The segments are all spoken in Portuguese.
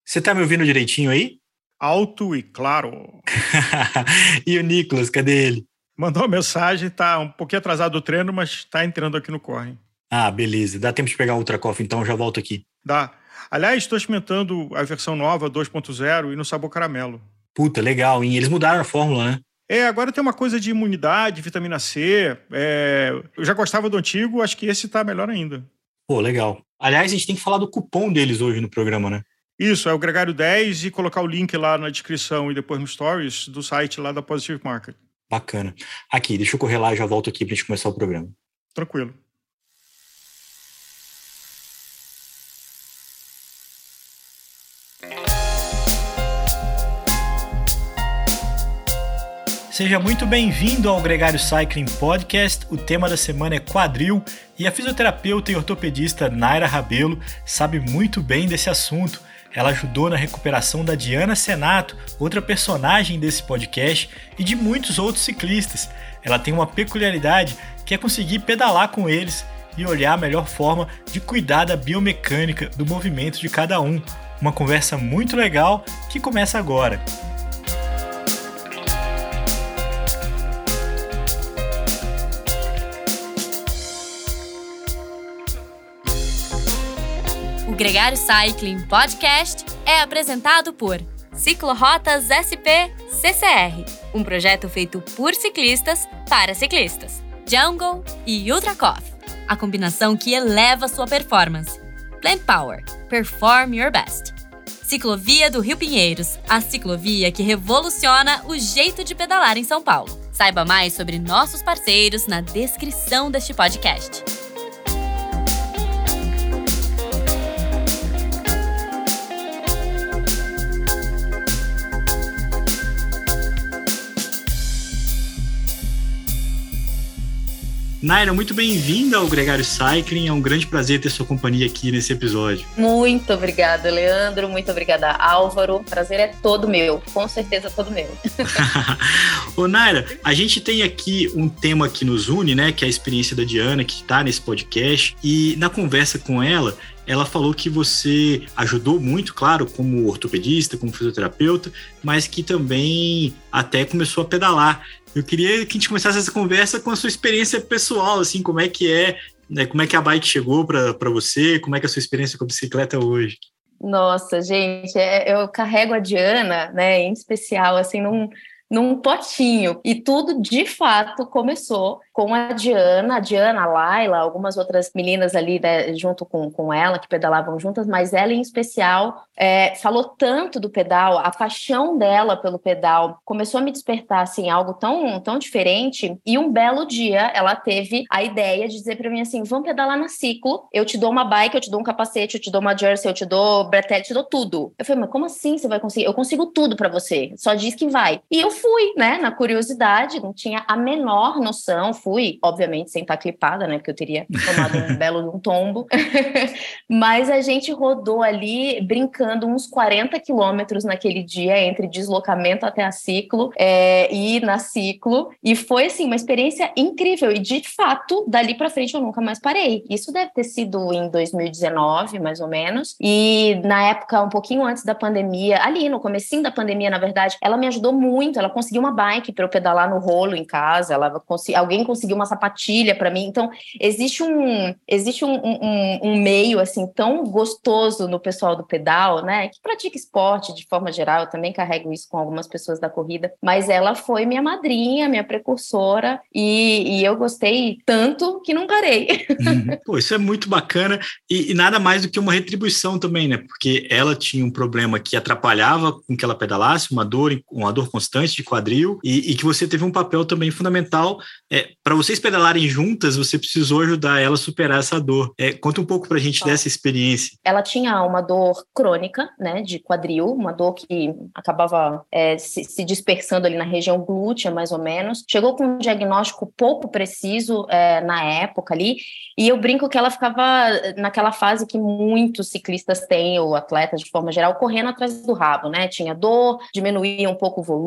Você tá me ouvindo direitinho aí? Alto e claro. E o Nicolas, cadê ele? Mandou uma mensagem, tá um pouquinho atrasado do treino, mas tá entrando aqui no Corre. Ah, beleza. Dá tempo de pegar um Ultra Coffee, então eu já volto aqui. Dá. Aliás, estou experimentando a versão nova, 2.0, e no sabor caramelo. Puta, legal, hein? Eles mudaram a fórmula, né? Agora tem uma coisa de imunidade, vitamina C. Eu já gostava do antigo, acho que esse tá melhor ainda. Pô, legal. Aliás, a gente tem que falar do cupom deles hoje no programa, né? Isso, é o Gregário 10 e colocar o link lá na descrição e depois no Stories do site lá da Positive Market. Bacana. Aqui, deixa eu correr lá e já volto aqui pra gente começar o programa. Tranquilo. Seja muito bem-vindo ao Gregário Cycling Podcast. O tema da semana é quadril e a fisioterapeuta e ortopedista Naira Rabelo sabe muito bem desse assunto. Ela ajudou na recuperação da Diana Senato, outra personagem desse podcast, e de muitos outros ciclistas. Ela tem uma peculiaridade que é conseguir pedalar com eles e olhar a melhor forma de cuidar da biomecânica do movimento de cada um. Uma conversa muito legal que começa agora. O Gregário Cycling Podcast é apresentado por Ciclorotas SP CCR, um projeto feito por ciclistas para ciclistas. Jungle e Ultra Coffee, a combinação que eleva sua performance. Plant Power, perform your best. Ciclovia do Rio Pinheiros, a ciclovia que revoluciona o jeito de pedalar em São Paulo. Saiba mais sobre nossos parceiros na descrição deste podcast. Naira, muito bem-vinda ao Gregário Cycling. É um grande prazer ter sua companhia aqui nesse episódio. Muito obrigada, Leandro. Muito obrigada, Álvaro. O prazer é todo meu. Com certeza todo meu. Ô, Naira, a gente tem aqui um tema que nos une, né? Que é a experiência da Diana, que está nesse podcast. E na conversa com ela, ela falou que você ajudou muito, claro, como ortopedista, como fisioterapeuta, mas que também até começou a pedalar. Eu queria que a gente começasse essa conversa com a sua experiência pessoal, assim, como é que né, como é que a bike chegou para você, como é que é a sua experiência com a bicicleta hoje? Nossa, gente, eu carrego a Diana, né, em especial, assim, num potinho. E tudo, de fato, começou com a Diana, a Laila, algumas outras meninas ali, né, junto com ela, que pedalavam juntas, mas ela, em especial, falou tanto do pedal, a paixão dela pelo pedal começou a me despertar, assim, algo tão diferente. E um belo dia, ela teve a ideia de dizer pra mim assim, vamos pedalar na ciclo, eu te dou uma bike, eu te dou um capacete, eu te dou uma jersey, eu te dou bretelle, eu te dou tudo. Eu falei, mas como assim você vai conseguir? Eu consigo tudo pra você, só diz que vai. E eu fui, né, na curiosidade, não tinha a menor noção, fui, obviamente, sem estar clipada, né, porque eu teria tomado um belo tombo, mas a gente rodou ali, brincando, uns 40 quilômetros naquele dia, entre deslocamento até a ciclo e na ciclo, e foi, assim, uma experiência incrível, e de fato, dali pra frente eu nunca mais parei. Isso deve ter sido em 2019, mais ou menos, e na época, um pouquinho antes da pandemia, ali no comecinho da pandemia, na verdade, ela me ajudou muito, ela conseguiu uma bike para eu pedalar no rolo em casa, alguém conseguiu uma sapatilha para mim, então existe um meio, assim, tão gostoso no pessoal do pedal, né, que pratica esporte de forma geral, eu também carrego isso com algumas pessoas da corrida, mas ela foi minha madrinha, minha precursora, e eu gostei tanto que não parei. Pô, isso é muito bacana, e nada mais do que uma retribuição também, né, porque ela tinha um problema que atrapalhava com que ela pedalasse, uma dor constante de quadril, e que você teve um papel também fundamental, para vocês pedalarem juntas, você precisou ajudar ela a superar essa dor. Conta um pouco pra gente dessa experiência. Ela tinha uma dor crônica, né, de quadril, uma dor que acabava se dispersando ali na região glútea, mais ou menos. Chegou com um diagnóstico pouco preciso na época ali, e eu brinco que ela ficava naquela fase que muitos ciclistas têm, ou atletas de forma geral, correndo atrás do rabo, né? Tinha dor, diminuía um pouco o volume,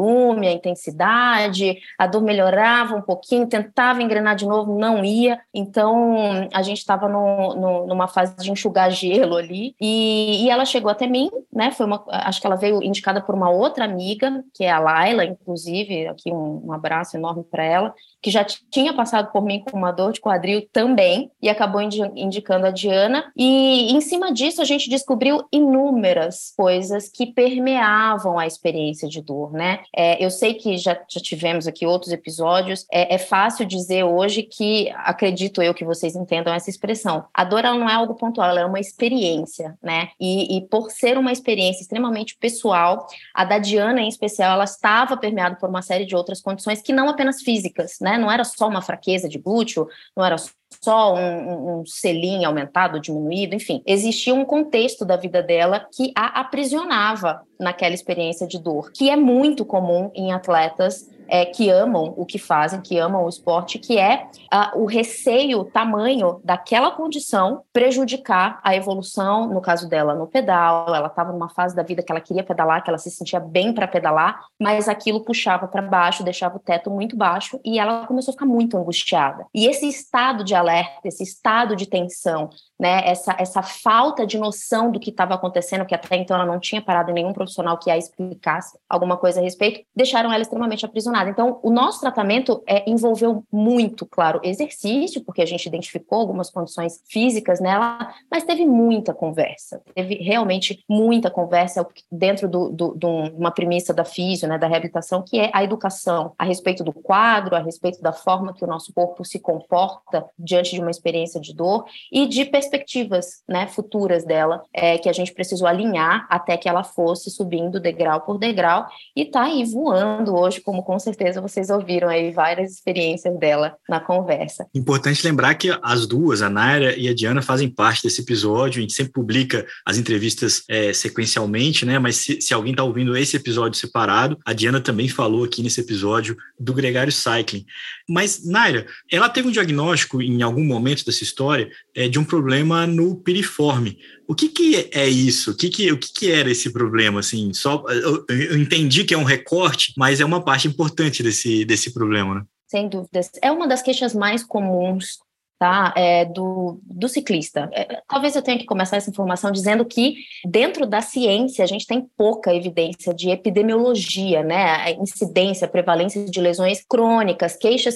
volume, a intensidade, a dor melhorava um pouquinho, tentava engrenar de novo, não ia. Então, a gente estava numa fase de enxugar gelo ali, e ela chegou até mim, né? Acho que ela veio indicada por uma outra amiga, que é a Laila, inclusive, aqui um abraço enorme para ela, que já tinha passado por mim com uma dor de quadril também, e acabou indicando a Diana, e em cima disso a gente descobriu inúmeras coisas que permeavam a experiência de dor, né? Eu sei que já tivemos aqui outros episódios, é fácil dizer hoje que, acredito eu que vocês entendam essa expressão, a dor ela não é algo pontual, ela é uma experiência, né? E por ser uma experiência extremamente pessoal, a da Diana em especial, ela estava permeada por uma série de outras condições que não apenas físicas, né? Não era só uma fraqueza de glúteo, não era só um selim aumentado, diminuído, enfim. Existia um contexto da vida dela que a aprisionava naquela experiência de dor, que é muito comum em atletas que amam o que fazem, que amam o esporte, que é o receio, o tamanho daquela condição prejudicar a evolução, no caso dela, no pedal. Ela estava numa fase da vida que ela queria pedalar, que ela se sentia bem para pedalar, mas aquilo puxava para baixo, deixava o teto muito baixo, e ela começou a ficar muito angustiada. E esse estado de alerta, esse estado de tensão, né, essa falta de noção do que estava acontecendo, que até então ela não tinha parado em nenhum profissional que a explicasse alguma coisa a respeito, deixaram ela extremamente aprisionada. Então, o nosso tratamento envolveu muito, claro, exercício, porque a gente identificou algumas condições físicas nela, mas teve muita conversa, teve realmente muita conversa dentro de uma premissa da físio, né, da reabilitação, que é a educação a respeito do quadro, a respeito da forma que o nosso corpo se comporta diante de uma experiência de dor e de perspectivas, né, futuras dela, que a gente precisou alinhar até que ela fosse subindo degrau por degrau e tá aí voando hoje, como com certeza vocês ouviram aí várias experiências dela na conversa. Importante lembrar que as duas, a Naira e a Diana, fazem parte desse episódio. A gente sempre publica as entrevistas sequencialmente, né? Mas se alguém está ouvindo esse episódio separado, a Diana também falou aqui nesse episódio do Gregário Cycling. Mas, Naira, ela teve um diagnóstico em algum momento dessa história de um problema no piriforme. O que é isso? O que era esse problema? Assim, eu entendi que é um recorte, mas é uma parte importante desse problema, né? Sem dúvidas. É uma das queixas mais comuns, tá? Do ciclista. Talvez eu tenha que começar essa informação dizendo que dentro da ciência a gente tem pouca evidência de epidemiologia, né? A incidência, a prevalência de lesões crônicas, queixas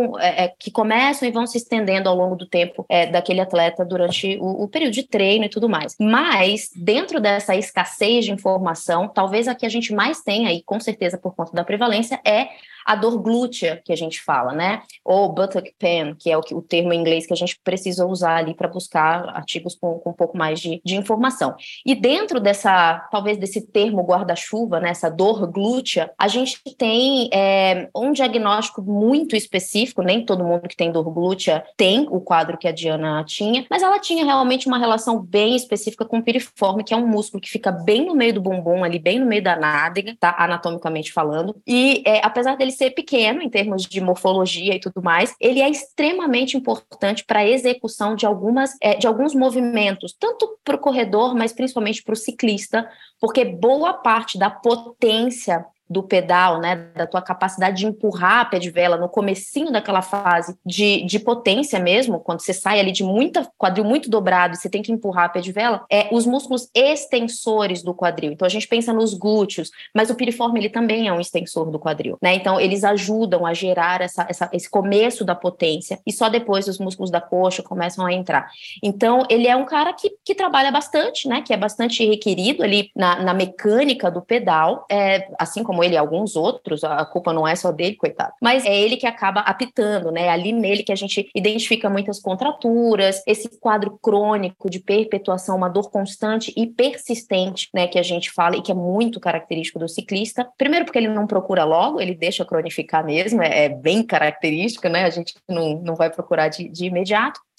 que começam e vão se estendendo ao longo do tempo daquele atleta durante o período de treino e tudo mais. Mas dentro dessa escassez de informação, talvez a que a gente mais tenha, e com certeza por conta da prevalência, é a dor glútea, que a gente fala, né? Ou buttock pain, que é o termo em inglês que a gente precisa usar ali para buscar artigos com um pouco mais de informação. E dentro talvez desse termo guarda-chuva, né, essa dor glútea, a gente tem um diagnóstico muito específico. Nem todo mundo que tem dor glútea tem o quadro que a Diana tinha, mas ela tinha realmente uma relação bem específica com o piriforme, que é um músculo que fica bem no meio do bumbum, ali bem no meio da nádega, tá? Anatomicamente falando. E apesar dele ser pequeno em termos de morfologia e tudo mais, ele é extremamente importante para a execução de alguns movimentos, tanto para o corredor, mas principalmente para o ciclista, porque boa parte da potência do pedal, né, da tua capacidade de empurrar a pé de vela no comecinho daquela fase de potência mesmo, quando você sai ali de quadril muito dobrado e você tem que empurrar a pé de vela, os músculos extensores do quadril. Então a gente pensa nos glúteos, mas o piriforme ele também é um extensor do quadril, né? Então eles ajudam a gerar esse começo da potência e só depois os músculos da coxa começam a entrar. Então ele é um cara que trabalha bastante, né, que é bastante requerido ali na mecânica do pedal, assim como ele e alguns outros, a culpa não é só dele, coitado, mas é ele que acaba apitando, né? Ali nele que a gente identifica muitas contraturas, esse quadro crônico de perpetuação, uma dor constante e persistente, né, que a gente fala e que é muito característico do ciclista. Primeiro porque ele não procura logo, ele deixa cronificar mesmo, é bem característico, né? A gente não vai procurar de imediato.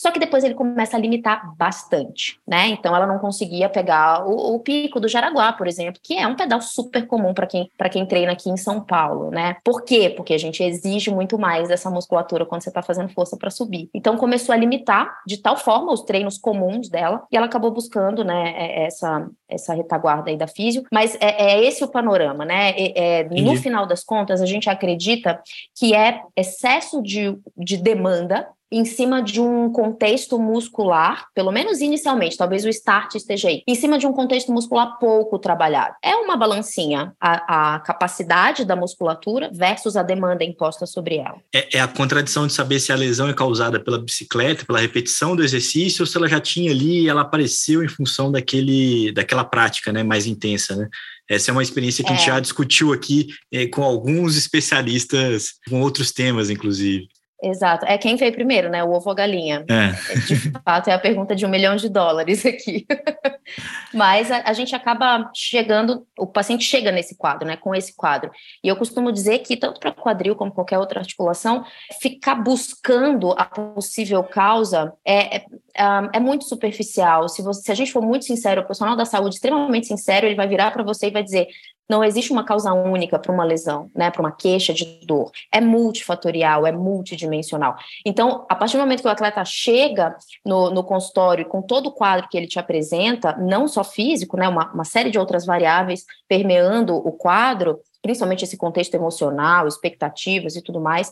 Só que depois ele começa a limitar bastante, né? Então ela não conseguia pegar o pico do Jaraguá, por exemplo, que é um pedal super comum para quem treina aqui em São Paulo, né? Por quê? Porque a gente exige muito mais dessa musculatura quando você está fazendo força para subir. Então começou a limitar de tal forma os treinos comuns dela e ela acabou buscando, né, essa retaguarda aí da físio, mas é esse o panorama, né? No final das contas, a gente acredita que é excesso de demanda em cima de um contexto muscular, pelo menos inicialmente, talvez o start esteja aí, em cima de um contexto muscular pouco trabalhado. É uma balancinha, a capacidade da musculatura versus a demanda imposta sobre ela. É a contradição de saber se a lesão é causada pela bicicleta, pela repetição do exercício, ou se ela já tinha ali e ela apareceu em função daquela prática, né, mais intensa, né? Essa é uma experiência que a gente já discutiu aqui com alguns especialistas, com outros temas, inclusive. Exato. É quem veio primeiro, né? O ovo ou a galinha. De fato, é a pergunta de $1 milhão aqui. Mas a gente acaba chegando, o paciente chega nesse quadro, né? Com esse quadro. E eu costumo dizer que, tanto para quadril como qualquer outra articulação, ficar buscando a possível causa é muito superficial. Se a gente for muito sincero, o profissional da saúde extremamente sincero, ele vai virar para você e vai dizer: não existe uma causa única para uma lesão, né, para uma queixa de dor. É multifatorial, é multidimensional. Então, a partir do momento que o atleta chega no consultório com todo o quadro que ele te apresenta, não só físico, né, uma série de outras variáveis permeando o quadro, principalmente esse contexto emocional, expectativas e tudo mais,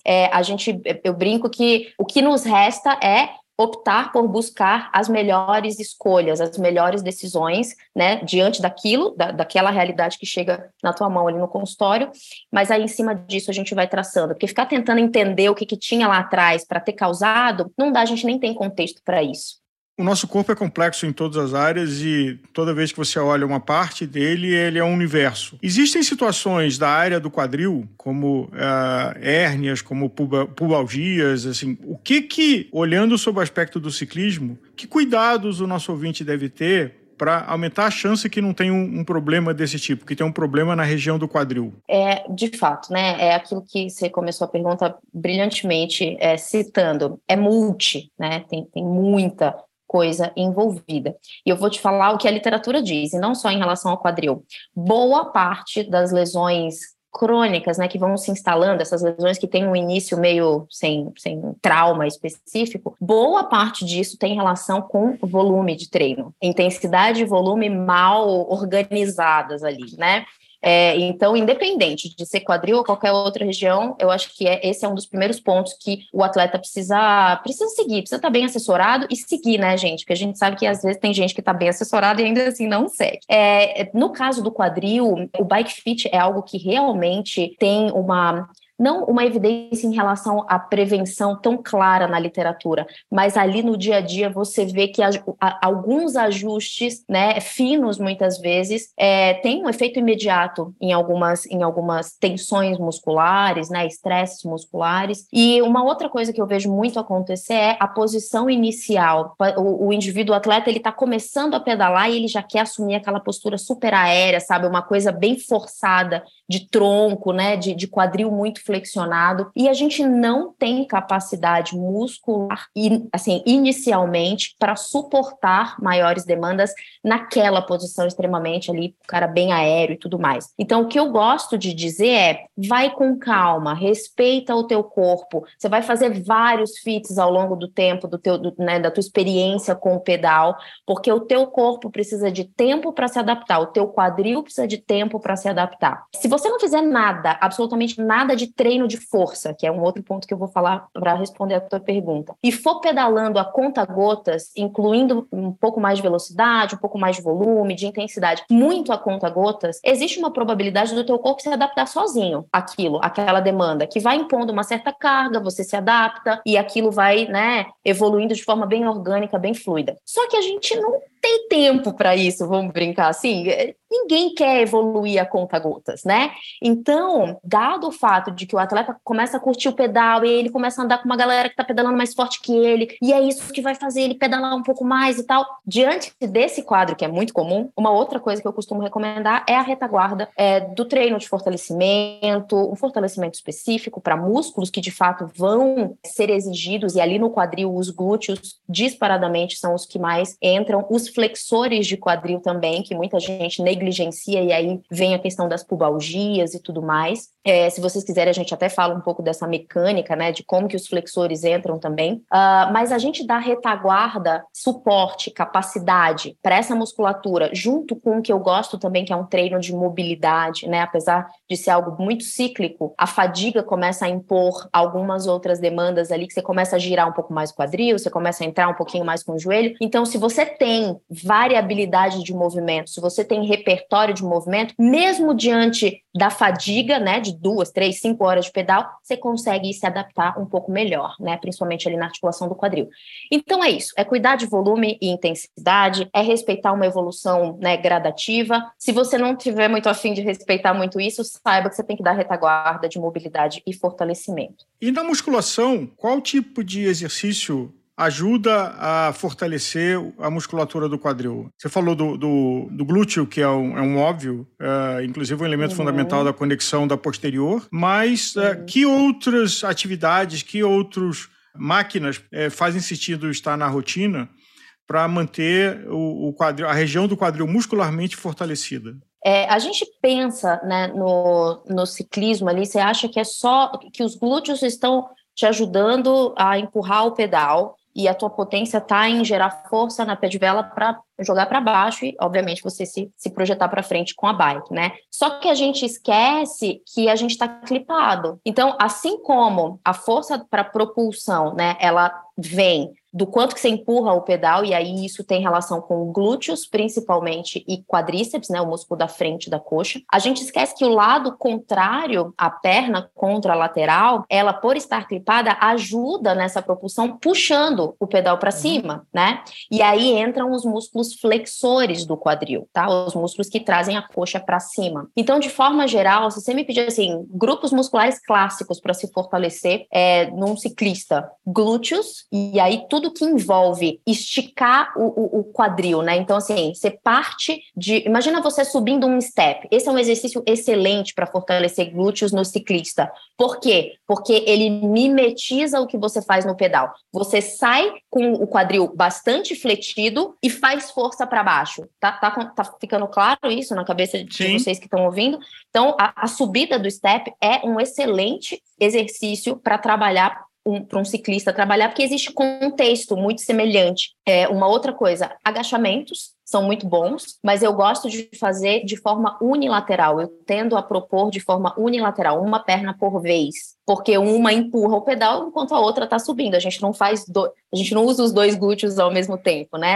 eu brinco que o que nos resta é optar por buscar as melhores escolhas, as melhores decisões, né, diante daquela realidade que chega na tua mão ali no consultório, mas aí em cima disso a gente vai traçando, porque ficar tentando entender o que tinha lá atrás para ter causado, não dá, a gente nem tem contexto para isso. O nosso corpo é complexo em todas as áreas e toda vez que você olha uma parte dele, ele é um universo. Existem situações da área do quadril, como hérnias, como pubalgias, assim, o que, olhando sob o aspecto do ciclismo, que cuidados o nosso ouvinte deve ter para aumentar a chance que não tem um problema desse tipo, que tem um problema na região do quadril? De fato, né? É aquilo que você começou a pergunta brilhantemente citando. É multi, né? Tem muita coisa envolvida. E eu vou te falar o que a literatura diz, e não só em relação ao quadril. Boa parte das lesões crônicas, né, que vão se instalando, essas lesões que têm um início meio sem trauma específico, boa parte disso tem relação com volume de treino, intensidade e volume mal organizadas ali, né? Então, independente de ser quadril ou qualquer outra região, eu acho que esse é um dos primeiros pontos que o atleta precisa seguir, precisa estar bem assessorado e seguir, né, gente? Porque a gente sabe que às vezes tem gente que está bem assessorada e ainda assim não segue. No caso do quadril, o bike fit é algo que realmente tem não uma evidência em relação à prevenção tão clara na literatura, mas ali no dia a dia você vê que alguns ajustes, né, finos muitas vezes, têm um efeito imediato em algumas tensões musculares, né, estresses musculares. E uma outra coisa que eu vejo muito acontecer é a posição inicial. O indivíduo atleta, ele está começando a pedalar e ele já quer assumir aquela postura super aérea, sabe, uma coisa bem forçada de tronco, né, de quadril muito flexionado, e a gente não tem capacidade muscular, assim, inicialmente, para suportar maiores demandas naquela posição extremamente ali, o cara bem aéreo e tudo mais. Então, o que eu gosto de dizer vai com calma, respeita o teu corpo, você vai fazer vários fits ao longo do tempo, da tua experiência com o pedal, porque o teu corpo precisa de tempo para se adaptar, o teu quadril precisa de tempo para se adaptar. Se você não fizer nada, absolutamente nada de treino de força, que é um outro ponto que eu vou falar para responder a tua pergunta, e for pedalando a conta-gotas, incluindo um pouco mais de velocidade, um pouco mais de volume, de intensidade, muito a conta-gotas, existe uma probabilidade do teu corpo se adaptar sozinho àquela demanda, que vai impondo uma certa carga, você se adapta e aquilo vai, né, evoluindo de forma bem orgânica, bem fluida. Só que a gente não tem tempo para isso, vamos brincar assim. ninguém quer evoluir a conta-gotas, né? Então, dado o fato de que o atleta começa a curtir o pedal e ele começa a andar com uma galera que está pedalando mais forte que ele, e é isso que vai fazer ele pedalar um pouco mais e tal, diante desse quadro, que é muito comum, uma outra coisa que eu costumo recomendar é a retaguarda do treino de fortalecimento, um fortalecimento específico para músculos que de fato vão ser exigidos, e ali no quadril os glúteos disparadamente são os que mais entram, os flexores de quadril também, que muita gente negligencia, e aí vem a questão das pubalgias e tudo mais. Se vocês quiserem, a gente até fala um pouco dessa mecânica, né, de como que os flexores entram também, mas a gente dá retaguarda, suporte, capacidade para essa musculatura, junto com o que eu gosto também, que é um treino de mobilidade, né, apesar de ser algo muito cíclico, a fadiga começa a impor algumas outras demandas ali, que você começa a girar um pouco mais o quadril, você começa a entrar um pouquinho mais com o joelho. Então, se você tem variabilidade de movimento, se você tem repertório de movimento, mesmo diante da fadiga, né, de 2, 3, 5 horas de pedal, você consegue se adaptar um pouco melhor, né, principalmente ali na articulação do quadril. Então é isso, é cuidar de volume e intensidade, é respeitar uma evolução, né, gradativa. Se você não tiver muito afim de respeitar muito isso, saiba que você tem que dar retaguarda de mobilidade e fortalecimento. E na musculação, qual tipo de exercício ajuda a fortalecer a musculatura do quadril? Você falou do glúteo, que é um óbvio, inclusive um elemento fundamental da conexão da posterior, mas que outras atividades, que outras máquinas fazem sentido estar na rotina para manter o quadril, a região do quadril muscularmente fortalecida? A gente pensa, né, no ciclismo ali, você acha que é só que os glúteos estão te ajudando a empurrar o pedal, e a tua potência está em gerar força na pedivela para jogar para baixo e, obviamente, você se projetar para frente com a bike, né? Só que a gente esquece que a gente está clipado. Então, assim como a força para propulsão, né, ela vem do quanto que você empurra o pedal, e aí isso tem relação com glúteos, principalmente, e quadríceps, né, o músculo da frente da coxa. A gente esquece que o lado contrário, a perna contralateral, ela, por estar clipada, ajuda nessa propulsão, puxando o pedal para cima, né? E aí entram os músculos flexores do quadril, tá? Os músculos que trazem a coxa para cima. Então, de forma geral, se você me pedir, assim, grupos musculares clássicos para se fortalecer num ciclista, glúteos, e aí tudo que envolve esticar o quadril, né? Então, assim, você parte de... Imagina você subindo um step. Esse é um exercício excelente para fortalecer glúteos no ciclista. Por quê? Porque ele mimetiza o que você faz no pedal. Você sai com o quadril bastante fletido e faz força para baixo. Tá ficando claro isso na cabeça de vocês que estão ouvindo? Então, a subida do step é um excelente exercício para trabalhar para um ciclista trabalhar, porque existe contexto muito semelhante. Uma outra coisa, agachamentos são muito bons, mas eu gosto de fazer de forma unilateral. Eu tendo a propor de forma unilateral, uma perna por vez, porque uma empurra o pedal enquanto a outra está subindo. A gente não a gente não usa os dois glúteos ao mesmo tempo, né?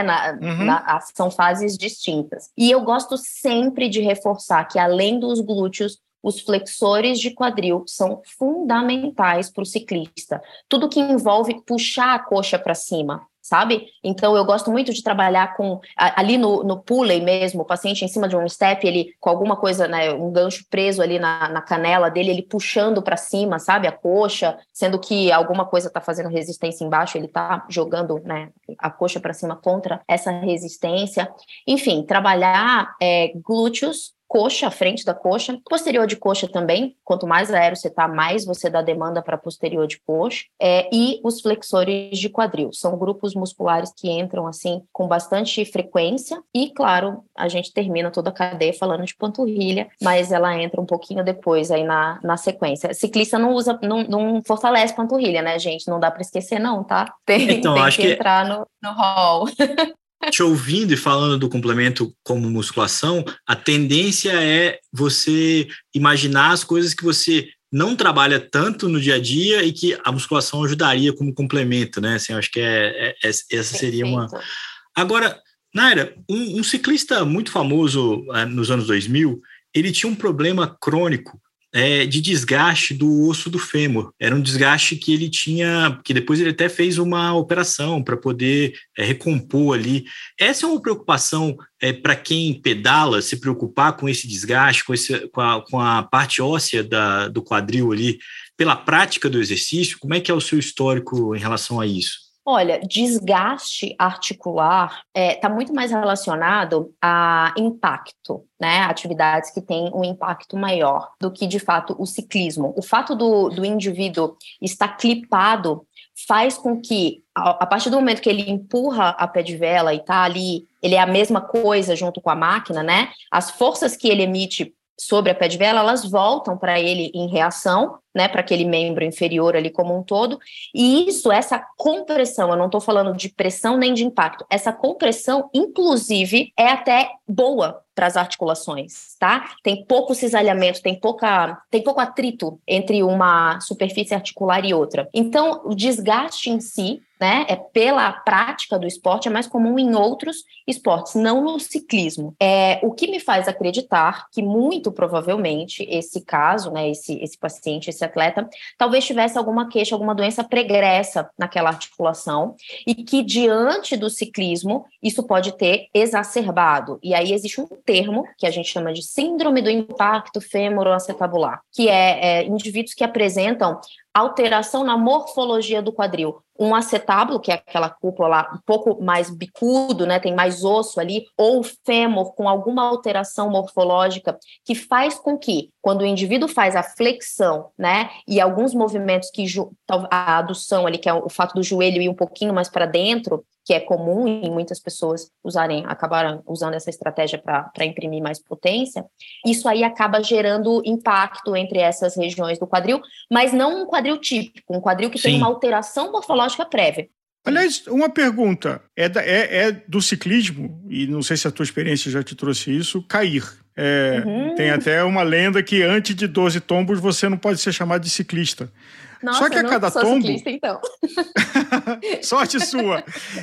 São fases distintas. E eu gosto sempre de reforçar que, além dos glúteos, os flexores de quadril são fundamentais para o ciclista. Tudo que envolve puxar a coxa para cima, sabe? Então, eu gosto muito de trabalhar com... Ali no pulley mesmo, o paciente em cima de um step, ele com alguma coisa, né, um gancho preso ali na canela dele, ele puxando para cima, sabe? A coxa, sendo que alguma coisa está fazendo resistência embaixo, ele está jogando, né, a coxa para cima contra essa resistência. Enfim, trabalhar glúteos, coxa, frente da coxa, posterior de coxa também, quanto mais aéreo você tá, mais você dá demanda para posterior de coxa, e os flexores de quadril, são grupos musculares que entram assim com bastante frequência, e claro, a gente termina toda a cadeia falando de panturrilha, mas ela entra um pouquinho depois aí na sequência. Ciclista não fortalece panturrilha, né, gente? Não dá para esquecer não, tá? Tem que entrar no hall. Te ouvindo e falando do complemento como musculação, a tendência é você imaginar as coisas que você não trabalha tanto no dia a dia e que a musculação ajudaria como complemento, né? Assim, eu acho que essa seria uma... Agora, Naira, um ciclista muito famoso nos anos 2000, ele tinha um problema crônico de desgaste do osso do fêmur. Era um desgaste que ele tinha, que depois ele até fez uma operação para poder recompor ali. Essa é uma preocupação para quem pedala, se preocupar com esse desgaste, com a parte óssea do quadril ali, pela prática do exercício. Como é que é o seu histórico em relação a isso? Olha, desgaste articular está muito mais relacionado a impacto, né? Atividades que têm um impacto maior do que, de fato, o ciclismo. O fato do indivíduo estar clipado faz com que, a partir do momento que ele empurra a pé de vela e está ali, ele é a mesma coisa junto com a máquina, né? As forças que ele emite sobre a pé de vela, elas voltam para ele em reação, né, para aquele membro inferior ali como um todo, e essa compressão, eu não estou falando de pressão nem de impacto, essa compressão, inclusive, é até boa para as articulações, tá? Tem pouco cisalhamento, tem pouco atrito entre uma superfície articular e outra. Então, o desgaste em si, né, pela prática do esporte, é mais comum em outros esportes, não no ciclismo. O que me faz acreditar que, muito provavelmente, esse caso, né, esse paciente, esse atleta, talvez tivesse alguma queixa, alguma doença pregressa naquela articulação, e que, diante do ciclismo, isso pode ter exacerbado. E aí existe um termo que a gente chama de síndrome do impacto fêmuro-acetabular, que é indivíduos que apresentam alteração na morfologia do quadril. Um acetábulo, que é aquela cúpula lá um pouco mais bicudo, né, tem mais osso ali, ou o fêmur com alguma alteração morfológica que faz com que, quando o indivíduo faz a flexão, né, e alguns movimentos que a adução ali, que é o fato do joelho ir um pouquinho mais para dentro, que é comum em muitas pessoas acabaram usando essa estratégia para imprimir mais potência, isso aí acaba gerando impacto entre essas regiões do quadril, mas não um quadril típico, um quadril que tem uma alteração morfológica prévia. Aliás, uma pergunta, é do ciclismo, e não sei se a tua experiência já te trouxe isso, cair. Tem até uma lenda que antes de 12 tombos você não pode ser chamado de ciclista. Nossa, só que a cada tombo... ciclista, então. Sorte sua.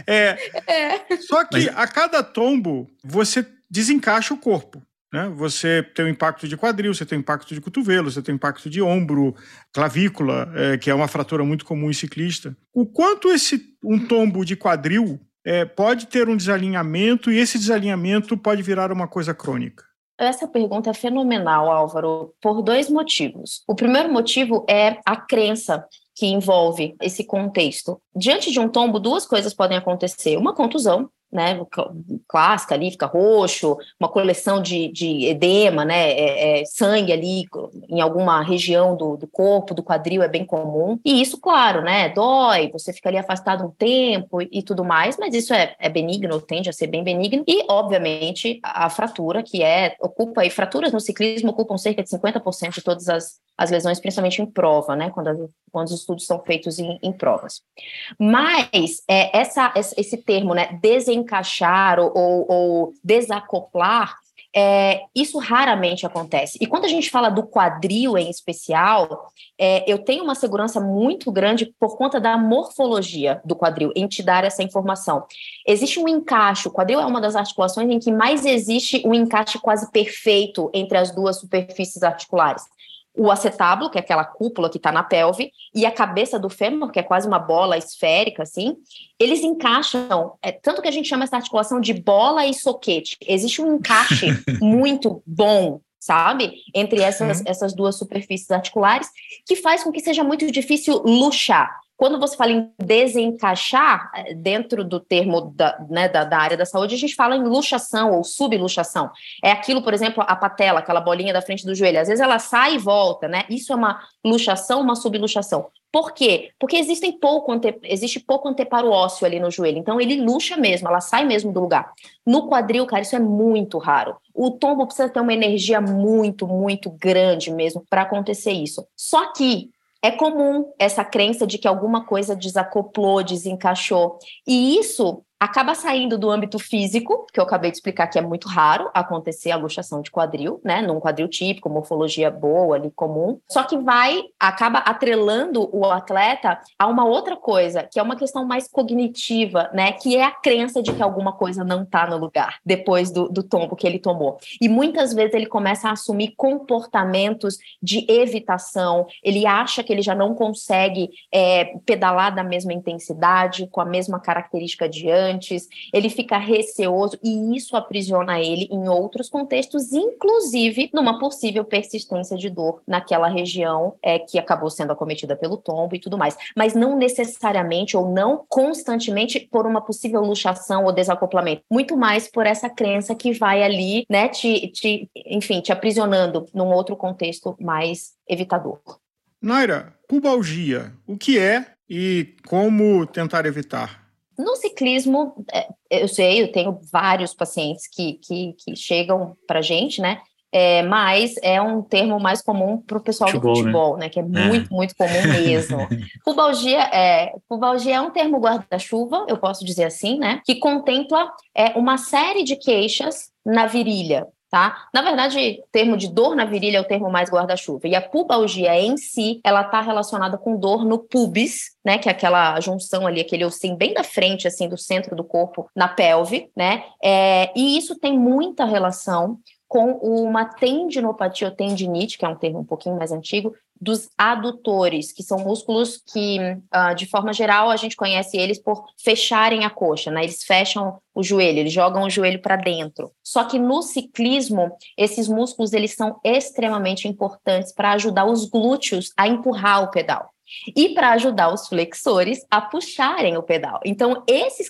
Só que a cada tombo você desencaixa o corpo, né? Você tem o impacto de quadril, você tem o impacto de cotovelo, você tem o impacto de ombro, clavícula, que é uma fratura muito comum em ciclista. O quanto um tombo de quadril pode ter um desalinhamento, e esse desalinhamento pode virar uma coisa crônica? Essa pergunta é fenomenal, Álvaro, por 2 motivos. O primeiro motivo é a crença que envolve esse contexto. Diante de um tombo, 2 coisas podem acontecer. Uma contusão, né, clássica ali, fica roxo, uma coleção de edema, né, sangue ali em alguma região do corpo, do quadril, é bem comum. E isso, claro, né, dói, você fica ali afastado um tempo e tudo mais, mas isso é benigno, tende a ser bem benigno. E, obviamente, a fratura, que ocupa, e fraturas no ciclismo ocupam cerca de 50% de todas as lesões, principalmente em prova, né, quando os estudos são feitos em provas. Mas esse termo, né, desencaixar ou desacoplar, isso raramente acontece. E quando a gente fala do quadril em especial, eu tenho uma segurança muito grande por conta da morfologia do quadril, em te dar essa informação. Existe um encaixe, o quadril é uma das articulações em que mais existe um encaixe quase perfeito entre as 2 superfícies articulares. O acetábulo, que é aquela cúpula que está na pelve, e a cabeça do fêmur, que é quase uma bola esférica, assim, eles encaixam, tanto que a gente chama essa articulação de bola e soquete. Existe um encaixe muito bom, sabe? Entre essas 2 superfícies articulares, que faz com que seja muito difícil luxar. Quando você fala em desencaixar, dentro do termo da área da saúde, a gente fala em luxação ou subluxação. É aquilo, por exemplo, a patela, aquela bolinha da frente do joelho. Às vezes ela sai e volta, né? Isso é uma luxação, uma subluxação. Por quê? Porque existe pouco anteparo ósseo ali no joelho. Então, ele luxa mesmo, ela sai mesmo do lugar. No quadril, cara, isso é muito raro. O tombo precisa ter uma energia muito, muito grande mesmo para acontecer isso. Só que é comum essa crença de que alguma coisa desacoplou, desencaixou. E isso acaba saindo do âmbito físico, que eu acabei de explicar que é muito raro acontecer a luxação de quadril, né? Num quadril típico, morfologia boa ali, comum. Só que acaba atrelando o atleta a uma outra coisa, que é uma questão mais cognitiva, né? Que é a crença de que alguma coisa não está no lugar, depois do tombo que ele tomou. E muitas vezes ele começa a assumir comportamentos de evitação, ele acha que ele já não consegue pedalar da mesma intensidade, com a mesma característica de antes, ele fica receoso e isso aprisiona ele em outros contextos, inclusive numa possível persistência de dor naquela região que acabou sendo acometida pelo tombo e tudo mais. Mas não necessariamente ou não constantemente por uma possível luxação ou desacoplamento, muito mais por essa crença que vai ali, né, te aprisionando num outro contexto mais evitador. Naira, pubalgia, o que é e como tentar evitar? No ciclismo, eu tenho vários pacientes que chegam pra gente, né? Mas é um termo mais comum para o pessoal do futebol, né? Que é muito, muito comum mesmo. Pubalgia é um termo guarda-chuva, eu posso dizer assim, né? Que contempla uma série de queixas na virilha. Tá? Na verdade, o termo de dor na virilha é o termo mais guarda-chuva. E a pubalgia em si, ela está relacionada com dor no pubis, né? Que é aquela junção ali, aquele ossinho bem da frente, assim, do centro do corpo, na pelve, né? E isso tem muita relação com uma tendinopatia ou tendinite, que é um termo um pouquinho mais antigo, dos adutores, que são músculos que, de forma geral, a gente conhece eles por fecharem a coxa, né? Eles fecham o joelho, eles jogam o joelho para dentro. Só que no ciclismo, esses músculos eles são extremamente importantes para ajudar os glúteos a empurrar o pedal. E para ajudar os flexores a puxarem o pedal. Então,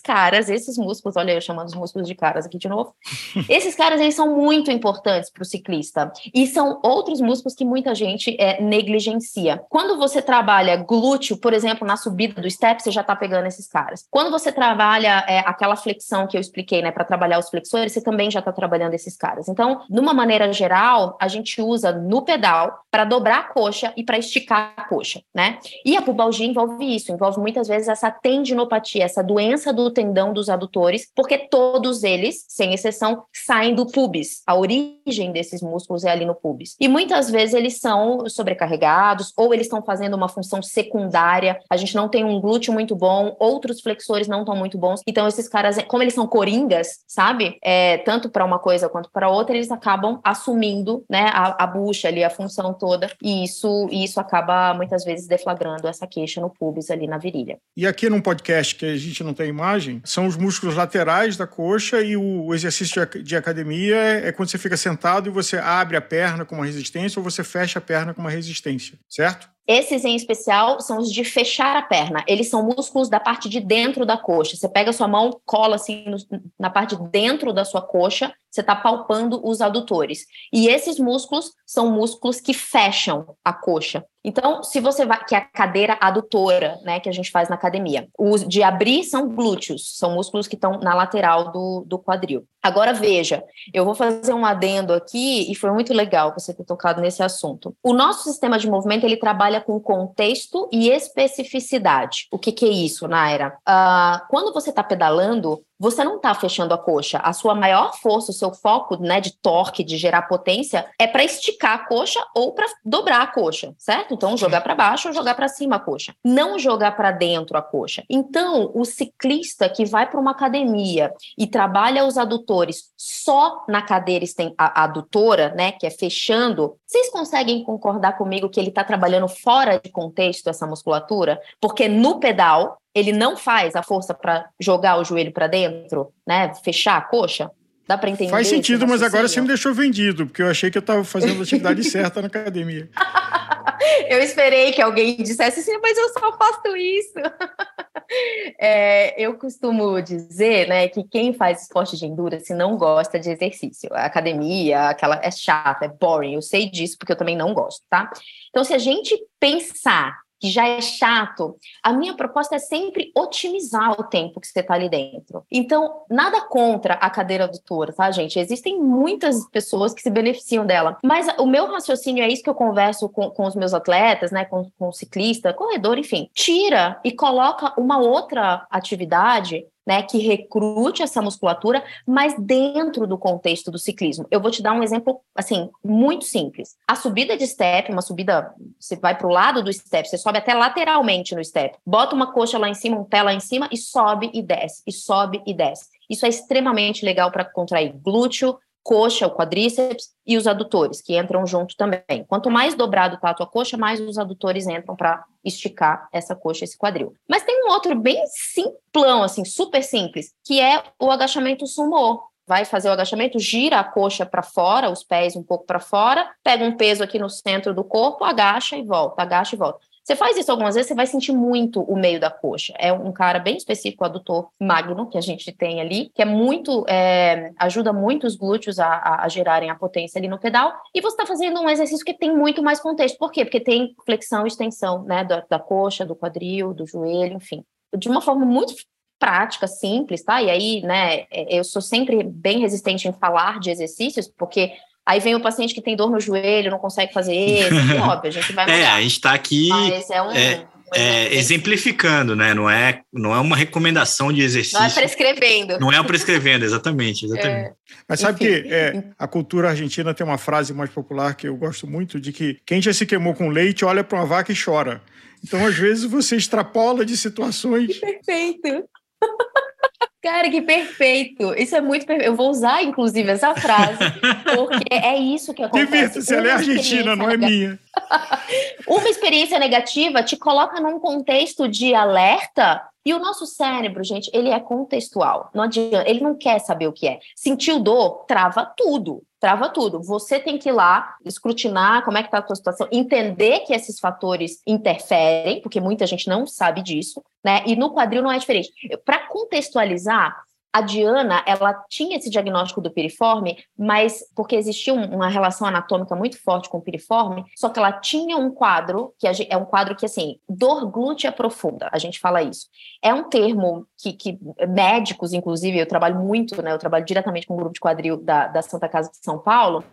esses músculos, olha eu chamando os músculos de caras aqui de novo, esses caras, eles são muito importantes para o ciclista. E são outros músculos que muita gente negligencia. Quando você trabalha glúteo, por exemplo, na subida do step, você já está pegando esses caras. Quando você trabalha aquela flexão que eu expliquei, né, para trabalhar os flexores, você também já está trabalhando esses caras. Então, de uma maneira geral, a gente usa no pedal para dobrar a coxa e para esticar a coxa, né? E a pubalgia envolve isso, envolve muitas vezes essa tendinopatia, essa doença do tendão dos adutores, porque todos eles, sem exceção, saem do pubis. A origem desses músculos é ali no pubis. E muitas vezes eles são sobrecarregados ou eles estão fazendo uma função secundária. A gente não tem um glúteo muito bom, outros flexores não estão muito bons. Então esses caras, como eles são coringas, sabe? Tanto para uma coisa quanto para outra, eles acabam assumindo, né, a bucha ali, a função toda. E isso acaba muitas vezes deflagrando essa queixa no pubis ali na virilha. E aqui num podcast que a gente não tem imagem, são os músculos laterais da coxa e o exercício de academia é quando você fica sentado e você abre a perna com uma resistência ou você fecha a perna com uma resistência, certo? Esses em especial são os de fechar a perna. Eles são músculos da parte de dentro da coxa. Você pega a sua mão, cola assim na parte de dentro da sua coxa, você está palpando os adutores. E esses músculos são músculos que fecham a coxa. Então, se você vai, que é a cadeira adutora, né, que a gente faz na academia. Os de abrir são glúteos, são músculos que estão na lateral do quadril. Agora, veja, eu vou fazer um adendo aqui, e foi muito legal você ter tocado nesse assunto. O nosso sistema de movimento, ele trabalha com contexto e especificidade. O que é isso, Naira? Quando você está pedalando, você não está fechando a coxa. A sua maior força, o seu foco, né, de torque, de gerar potência, é para esticar a coxa ou para dobrar a coxa, certo? Então, jogar para baixo ou jogar para cima a coxa. Não jogar para dentro a coxa. Então, o ciclista que vai para uma academia e trabalha os adutores só na cadeira adutora, né, que é fechando, vocês conseguem concordar comigo que ele está trabalhando fora de contexto essa musculatura? Porque no pedal, ele não faz a força para jogar o joelho para dentro, né? Fechar a coxa? Dá para entender? Faz sentido, mas agora você me deixou vendido, porque eu achei que eu estava fazendo a atividade certa na academia. Eu esperei que alguém dissesse assim, mas eu só faço isso. Eu costumo dizer, né, que quem faz esporte de endurance não gosta de exercício. A academia, aquela é chata, é boring. Eu sei disso porque eu também não gosto, tá? Então, se a gente pensar que já é chato, a minha proposta é sempre otimizar o tempo que você está ali dentro. Então, nada contra a cadeira adutora, tá, gente? Existem muitas pessoas que se beneficiam dela, mas o meu raciocínio é isso que eu converso com os meus atletas, né, com o ciclista, corredor, enfim. Tira e coloca uma outra atividade né, que recrute essa musculatura, mas dentro do contexto do ciclismo. Eu vou te dar um exemplo, assim, muito simples. A subida de step, uma subida, você vai para o lado do step, você sobe até lateralmente no step, bota uma coxa lá em cima, um pé lá em cima e sobe e desce, e sobe e desce. Isso é extremamente legal para contrair glúteo, coxa, o quadríceps e os adutores, que entram junto também. Quanto mais dobrado tá a tua coxa, mais os adutores entram para esticar essa coxa, esse quadril. Mas tem um outro bem simplão, assim, super simples, que é o agachamento sumô. Vai fazer o agachamento, gira a coxa para fora, os pés um pouco para fora, pega um peso aqui no centro do corpo, agacha e volta, agacha e volta. Você faz isso algumas vezes, você vai sentir muito o meio da coxa. É um cara bem específico, o adutor magno, que a gente tem ali, que é muito, ajuda muito os glúteos a gerarem a potência ali no pedal. E você está fazendo um exercício que tem muito mais contexto. Por quê? Porque tem flexão e extensão, né, da coxa, do quadril, do joelho, enfim. De uma forma muito prática, simples, tá? E aí, né, eu sou sempre bem resistente em falar de exercícios, porque aí vem o paciente que tem dor no joelho, não consegue fazer esse, óbvio, a gente vai mudar. A gente está aqui exemplificando, né? Não é uma recomendação de exercício. Não é prescrevendo. Não é prescrevendo, exatamente. Mas sabe que a cultura argentina tem uma frase mais popular que eu gosto muito, de que quem já se queimou com leite olha para uma vaca e chora. Então, às vezes, você extrapola de situações... Que perfeito! Cara, que perfeito! Isso é muito perfeito. Eu vou usar, inclusive, essa frase, porque é isso que acontece. Divirta-se, ela é argentina, não é minha. Uma experiência negativa te coloca num contexto de alerta, e o nosso cérebro, gente, ele é contextual. Não adianta, ele não quer saber o que é. Sentiu dor, trava tudo. Trava tudo. Você tem que ir lá, escrutinar como é que está a tua situação, entender que esses fatores interferem, porque muita gente não sabe disso, né? E no quadril não é diferente. Para contextualizar, a Diana, ela tinha esse diagnóstico do piriforme, mas porque existia uma relação anatômica muito forte com o piriforme, só que ela tinha um quadro, que é um quadro que, assim, dor glútea profunda, a gente fala isso. É um termo que médicos, inclusive, eu trabalho muito, né, eu trabalho diretamente com o grupo de quadril da Santa Casa de São Paulo,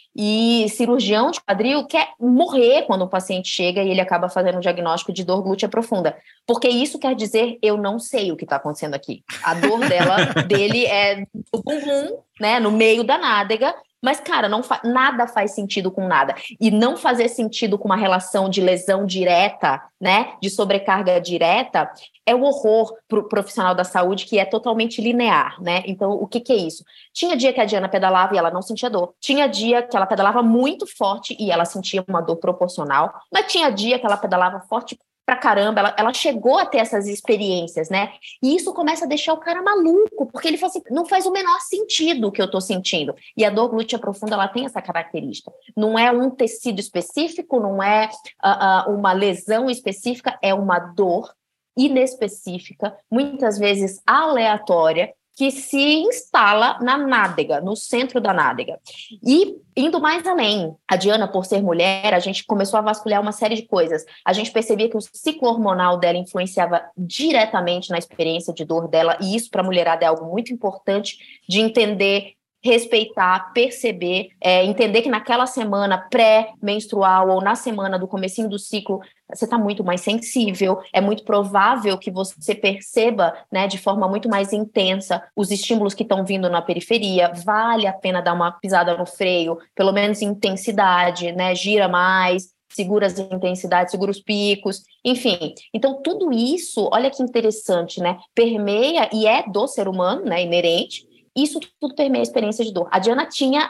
e cirurgião de quadril quer morrer quando o paciente chega e ele acaba fazendo um diagnóstico de dor glútea profunda, porque isso quer dizer, eu não sei o que está acontecendo aqui. A dor dele é do bumbum, né, no meio da nádega, mas, cara, nada faz sentido com nada. E não fazer sentido com uma relação de lesão direta, né, de sobrecarga direta, é o horror para o profissional da saúde, que é totalmente linear, né? Então, o que é isso? Tinha dia que a Diana pedalava e ela não sentia dor. Tinha dia que ela pedalava muito forte e ela sentia uma dor proporcional. Mas tinha dia que ela pedalava forte pra caramba, ela chegou a ter essas experiências, né? E isso começa a deixar o cara maluco, porque ele fala assim, não faz o menor sentido o que eu tô sentindo. E a dor glútea profunda, ela tem essa característica. Não é um tecido específico, não é uma lesão específica, é uma dor inespecífica, muitas vezes aleatória, que se instala na nádega, no centro da nádega. E indo mais além, a Diana, por ser mulher, a gente começou a vasculhar uma série de coisas. A gente percebia que o ciclo hormonal dela influenciava diretamente na experiência de dor dela, e isso para a mulherada é algo muito importante de entender, respeitar, perceber, entender que naquela semana pré-menstrual ou na semana do comecinho do ciclo, você está muito mais sensível, é muito provável que você perceba, né, de forma muito mais intensa os estímulos que estão vindo na periferia, vale a pena dar uma pisada no freio, pelo menos em intensidade, né, gira mais, segura as intensidades, segura os picos, enfim. Então, tudo isso, olha que interessante, né, permeia e é do ser humano, né, inerente. Isso tudo permeia a experiência de dor. A Diana tinha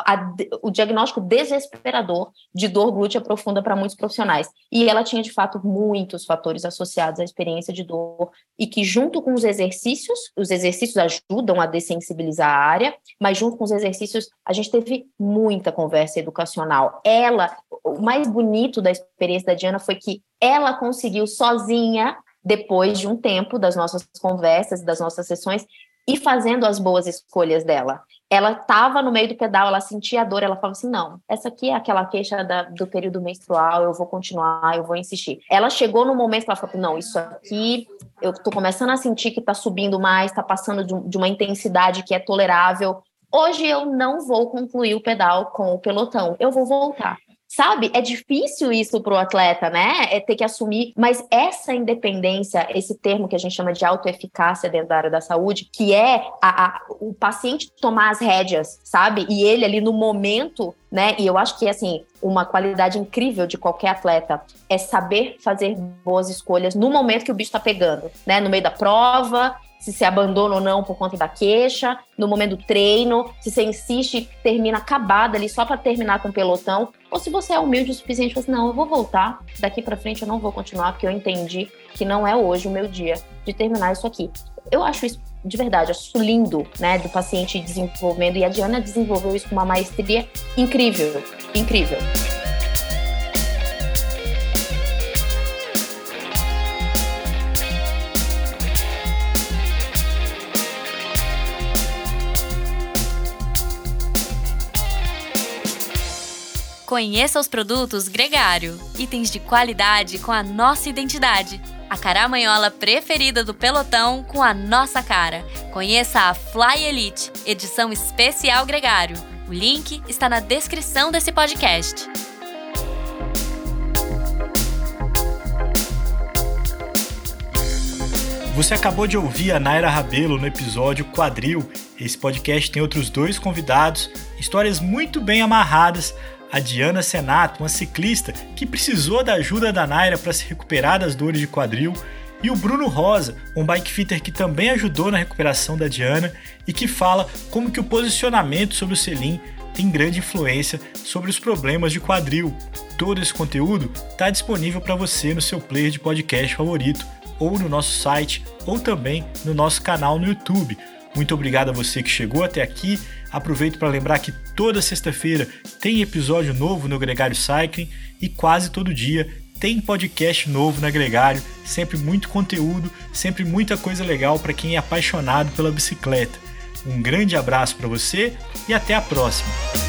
o diagnóstico desesperador de dor glútea profunda para muitos profissionais. E ela tinha, de fato, muitos fatores associados à experiência de dor e que, junto com os exercícios ajudam a dessensibilizar a área, mas junto com os exercícios, a gente teve muita conversa educacional. O mais bonito da experiência da Diana foi que ela conseguiu sozinha, depois de um tempo das nossas conversas, das nossas sessões, e fazendo as boas escolhas dela. Ela estava no meio do pedal, ela sentia a dor, ela falava assim, não, essa aqui é aquela queixa do período menstrual, eu vou continuar, eu vou insistir. Ela chegou no momento que ela falou, não, isso aqui, eu estou começando a sentir que está subindo mais, está passando de uma intensidade que é tolerável. Hoje eu não vou concluir o pedal com o pelotão, eu vou voltar. sabe? É difícil isso para o atleta, né? É ter que assumir, mas essa independência, esse termo que a gente chama de autoeficácia dentro da área da saúde, que é o paciente tomar as rédeas, sabe? E ele ali no momento, né? E eu acho que, assim, uma qualidade incrível de qualquer atleta é saber fazer boas escolhas no momento que o bicho tá pegando, né? No meio da prova, se você abandona ou não por conta da queixa, no momento do treino, se você insiste e termina acabada ali só para terminar com o pelotão, ou se você é humilde o suficiente e fala assim, não, eu vou voltar, daqui para frente eu não vou continuar, porque eu entendi que não é hoje o meu dia de terminar isso aqui. Eu acho isso, de verdade, acho lindo, né, do paciente desenvolvendo, e a Diana desenvolveu isso com uma maestria incrível, incrível. Conheça os produtos Gregário, itens de qualidade com a nossa identidade. A caramanhola preferida do pelotão com a nossa cara. Conheça a Fly Elite, edição especial Gregário. O link está na descrição desse podcast. Você acabou de ouvir a Naira Rabelo no episódio Quadril. Esse podcast tem outros 2 convidados, histórias muito bem amarradas. A Diana Senato, uma ciclista que precisou da ajuda da Naira para se recuperar das dores de quadril, e o Bruno Rosa, um bikefitter que também ajudou na recuperação da Diana e que fala como que o posicionamento sobre o selim tem grande influência sobre os problemas de quadril. Todo esse conteúdo está disponível para você no seu player de podcast favorito, ou no nosso site, ou também no nosso canal no YouTube. Muito obrigado a você que chegou até aqui. Aproveito para lembrar que toda sexta-feira tem episódio novo no Gregário Cycling e quase todo dia tem podcast novo na Gregário. Sempre muito conteúdo, sempre muita coisa legal para quem é apaixonado pela bicicleta. Um grande abraço para você e até a próxima!